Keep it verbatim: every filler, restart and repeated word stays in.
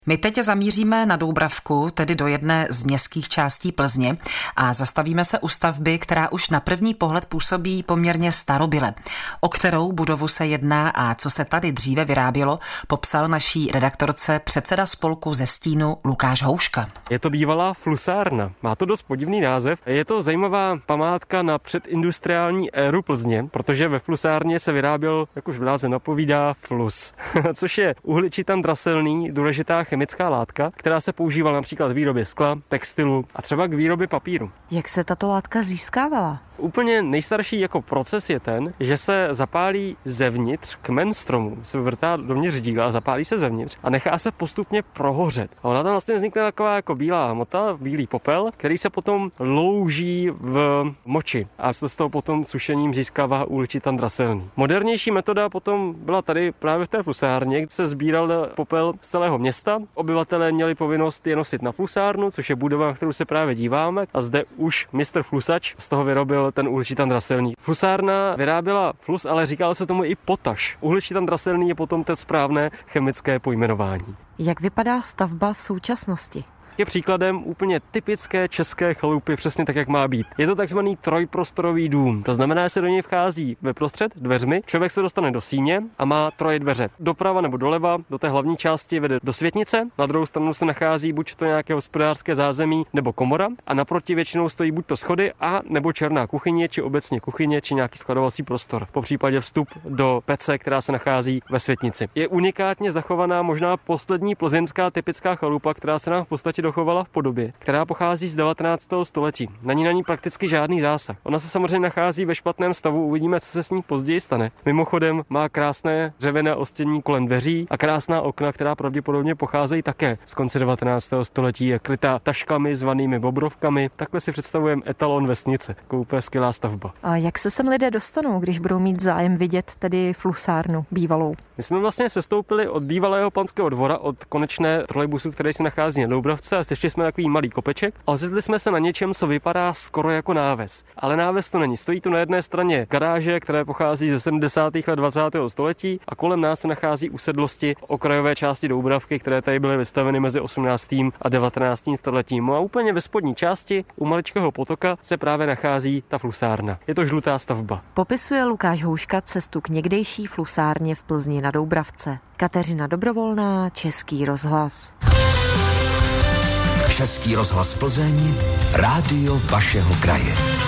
My teď zamíříme na Doubravku, tedy do jedné z městských částí Plzně a zastavíme se u stavby, která už na první pohled působí poměrně starobyle. O kterou budovu se jedná a co se tady dříve vyrábělo, popsal naší redaktorce předseda spolku Ze stínu Lukáš Houška. Je to bývalá flusárna. Má to dost podivný název. Je to zajímavá památka na předindustriální éru Plzně, protože ve flusárně se vyráběl, jak už název napovídá, flus, což je uhličitan draselný, důležitá chemická látka, která se používala například k výrobě skla, textilu a třeba k výrobě papíru. Jak se tato látka získávala? Úplně nejstarší jako proces je ten, že se zapálí zevnitř kmen stromu, se vrtá dovnitř díla, zapálí se zevnitř a nechá se postupně prohořet. A ona tam vlastně vznikne taková jako bílá hmota, bílý popel, který se potom louží v moči a se z toho potom sušením získává uhličitan draselný. Modernější metoda potom byla tady právě v té flusárně, kde se sbíral popel z celého města. Obyvatelé měli povinnost je nosit na flusárnu, což je budova, na kterou se právě díváme, a zde už mistr flusač z toho vyrobil ten uhličitan draselný. Flusárna vyráběla flus, ale říkalo se tomu i potaš. Uhličitan draselný je potom to správné chemické pojmenování. Jak vypadá stavba v současnosti? Je příkladem úplně typické české chalupy, přesně tak, jak má být. Je to takzvaný trojprostorový dům. To znamená, že se do něj vchází ve prostřed dveřmi, člověk se dostane do síně a má troje dveře. Doprava nebo doleva, do té hlavní části vede do světnice, na druhou stranu se nachází buď to nějaké hospodářské zázemí nebo komora a naproti většinou stojí buď to schody a nebo černá kuchyně, či obecně kuchyně, či nějaký skladovací prostor. Po případě vstup do pece, která se nachází ve světnici. Je unikátně zachovaná možná poslední plzeňská typická chalupa, která se nám v podstatě dochovala v podobě, která pochází z devatenáctého století. Na ní není prakticky žádný zásah. Ona se samozřejmě nachází ve špatném stavu, uvidíme, co se s ní později stane. Mimochodem má krásné dřevěné ostění kolem dveří a krásná okna, která pravděpodobně pocházejí také z konce devatenáctého století. Je krytá taškami zvanými bobrovkami. Takhle si představujeme etalon vesnice. Koupé skvělá stavba. A jak se sem lidé dostanou, když budou mít zájem vidět tedy flusárnu bývalou? My jsme vlastně sestoupili od bývalého panského dvora, od konečné trolejbusu, který se nachází na Doubravce, a sešli jsme takový malý kopeček a ocitli jsme se na něčem, co vypadá skoro jako náves. Ale náves to není. Stojí tu na jedné straně garáže, které pochází ze sedmdesátých let dvacátého století a kolem nás se nachází usedlosti okrajové části Doubravky, které tady byly vystaveny mezi osmnáctým a devatenáctým stoletím. A úplně ve spodní části u maličkého potoka se právě nachází ta flusárna. Je to žlutá stavba. Popisuje Lukáš Houška cestu k někdejší flusárně v Plzni na Doubravce. Kateřina Dobrovolná, Český rozhlas. Český rozhlas Plzeň, rádio vašeho kraje.